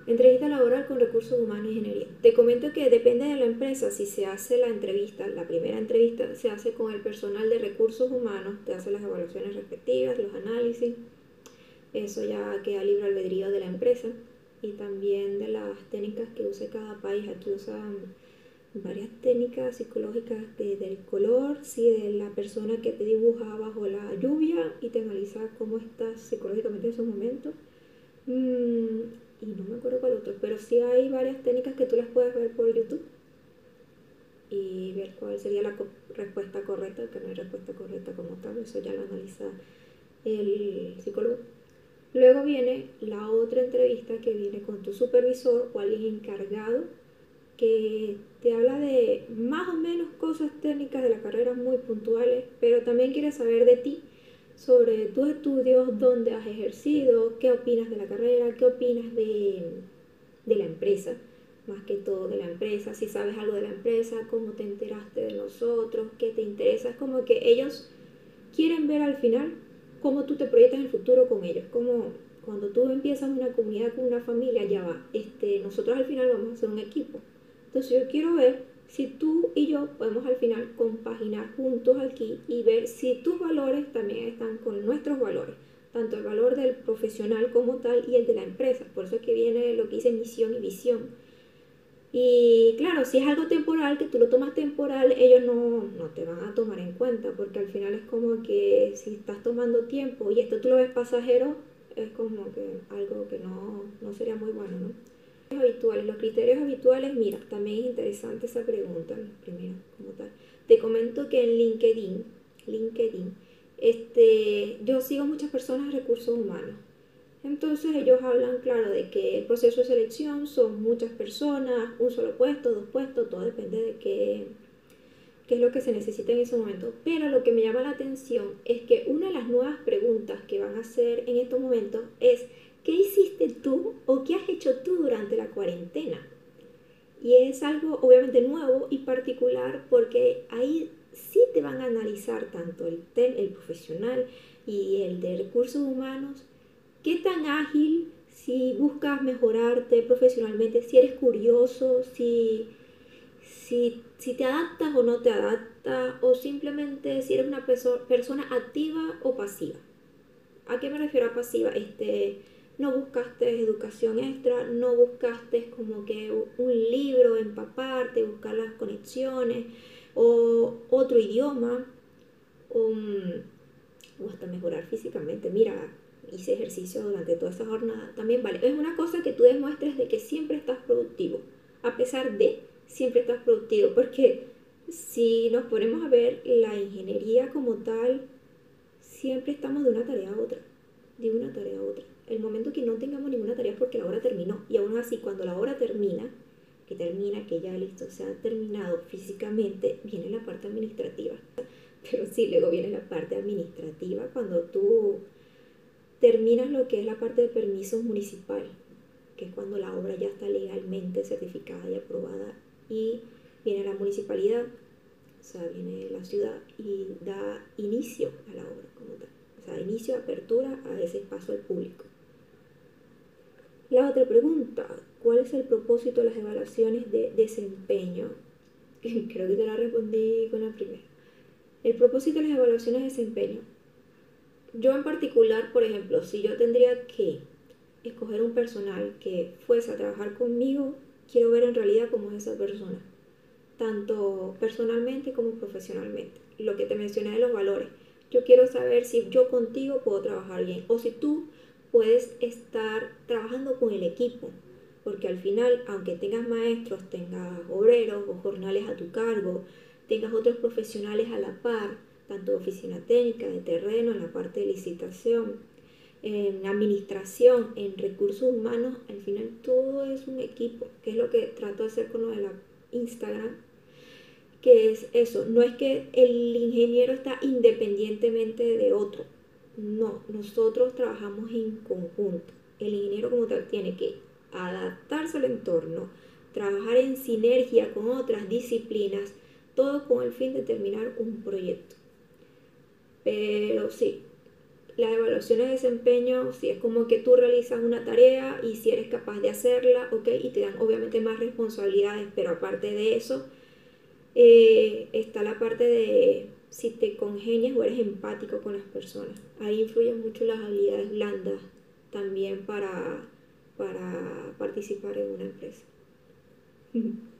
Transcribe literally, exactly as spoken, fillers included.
Entrevista laboral con recursos humanos e ingeniería. Te comento que depende de la empresa. Si se hace la entrevista, la primera entrevista se hace con el personal de recursos humanos, te hace las evaluaciones respectivas, los análisis. Eso ya queda libre albedrío de la empresa y también de las técnicas que use cada país. Aquí usan varias técnicas psicológicas de, del color, sí, de la persona que te dibuja bajo la lluvia y te analiza cómo estás psicológicamente en esos momentos. Mm, y no me acuerdo cuál otro, pero sí hay varias técnicas que tú las puedes ver por YouTube y ver cuál sería la co respuesta correcta, que no hay respuesta correcta como tal, eso ya lo analiza el psicólogo. Luego viene la otra entrevista que viene con tu supervisor o alguien encargado que te habla de más o menos cosas técnicas de la carrera muy puntuales, pero también quiere saber de ti, sobre tus estudios, dónde has ejercido, qué opinas de la carrera, qué opinas de, de la empresa, más que todo de la empresa, si sabes algo de la empresa, cómo te enteraste de nosotros, qué te interesa. Es como que ellos quieren ver al final cómo tú te proyectas en el futuro con ellos, como cuando tú empiezas una comunidad con una familia, ya va, este, nosotros al final vamos a ser un equipo. Entonces yo quiero ver si tú y yo podemos al final compaginar juntos aquí y ver si tus valores también están con nuestros valores, tanto el valor del profesional como tal y el de la empresa. Por eso es que viene lo que dice misión y visión. Y claro, si es algo temporal, que tú lo tomas temporal, ellos no, no te van a tomar en cuenta, porque al final es como que si estás tomando tiempo y esto tú lo ves pasajero, es como que algo que no, no sería muy bueno, ¿no? Habituales, los criterios habituales, mira, también es interesante esa pregunta, primero, como tal. Te comento que en LinkedIn, LinkedIn, este, yo sigo muchas personas de recursos humanos. Entonces ellos hablan, claro, de que el proceso de selección son muchas personas, un solo puesto, dos puestos, todo depende de qué, qué es lo que se necesita en ese momento. Pero lo que me llama la atención es que una de las nuevas preguntas que van a hacer en estos momentos es ¿qué hiciste tú o qué has hecho tú durante la cuarentena? Y es algo obviamente nuevo y particular porque ahí sí te van a analizar tanto el, ten, el profesional y el de recursos humanos, qué tan ágil, si buscas mejorarte profesionalmente, si eres curioso, si, si, si te adaptas o no te adaptas, o simplemente si eres una perso persona activa o pasiva. ¿A qué me refiero a pasiva? Este, no buscaste educación extra, no buscaste como que un libro, empaparte, buscar las conexiones, o otro idioma, o, o hasta mejorar físicamente. Mira, hice ejercicio durante toda esa jornada. También vale. Es una cosa que tú demuestres de que siempre estás productivo. A pesar de, siempre estás productivo. Porque si nos ponemos a ver la ingeniería como tal, siempre estamos de una tarea a otra, de una tarea a otra. El momento que no tengamos ninguna tarea es porque la hora terminó. Y aún así, cuando la hora termina, que termina, que ya listo, se ha terminado físicamente, viene la parte administrativa. Pero sí, luego viene la parte administrativa cuando tú terminas lo que es la parte de permisos municipal, que es cuando la obra ya está legalmente certificada y aprobada, y viene la municipalidad, o sea, viene la ciudad y da inicio a la obra como tal. O sea, inicio, apertura a ese paso al público. La otra pregunta, ¿cuál es el propósito de las evaluaciones de desempeño? Creo que te la respondí con la primera. El propósito de las evaluaciones de desempeño. Yo en particular, por ejemplo, si yo tendría que escoger un personal que fuese a trabajar conmigo, quiero ver en realidad cómo es esa persona, tanto personalmente como profesionalmente. Lo que te mencioné de los valores. Yo quiero saber si yo contigo puedo trabajar bien o si tú puedes estar trabajando con el equipo, porque al final, aunque tengas maestros, tengas obreros o jornales a tu cargo, tengas otros profesionales a la par, tanto de oficina técnica, de terreno, en la parte de licitación, en administración, en recursos humanos, al final todo es un equipo, que es lo que trato de hacer con lo de la Instagram, que es eso, no es que el ingeniero está independientemente de otro, no, nosotros trabajamos en conjunto. El ingeniero como tal tiene que adaptarse al entorno, trabajar en sinergia con otras disciplinas, todo con el fin de terminar un proyecto. Pero sí, las evaluaciones de desempeño, si es como que tú realizas una tarea y si eres capaz de hacerla, ok, y te dan obviamente más responsabilidades, pero aparte de eso, eh, está la parte de si te congenias o eres empático con las personas. Ahí influyen mucho las habilidades blandas también para, para participar en una empresa.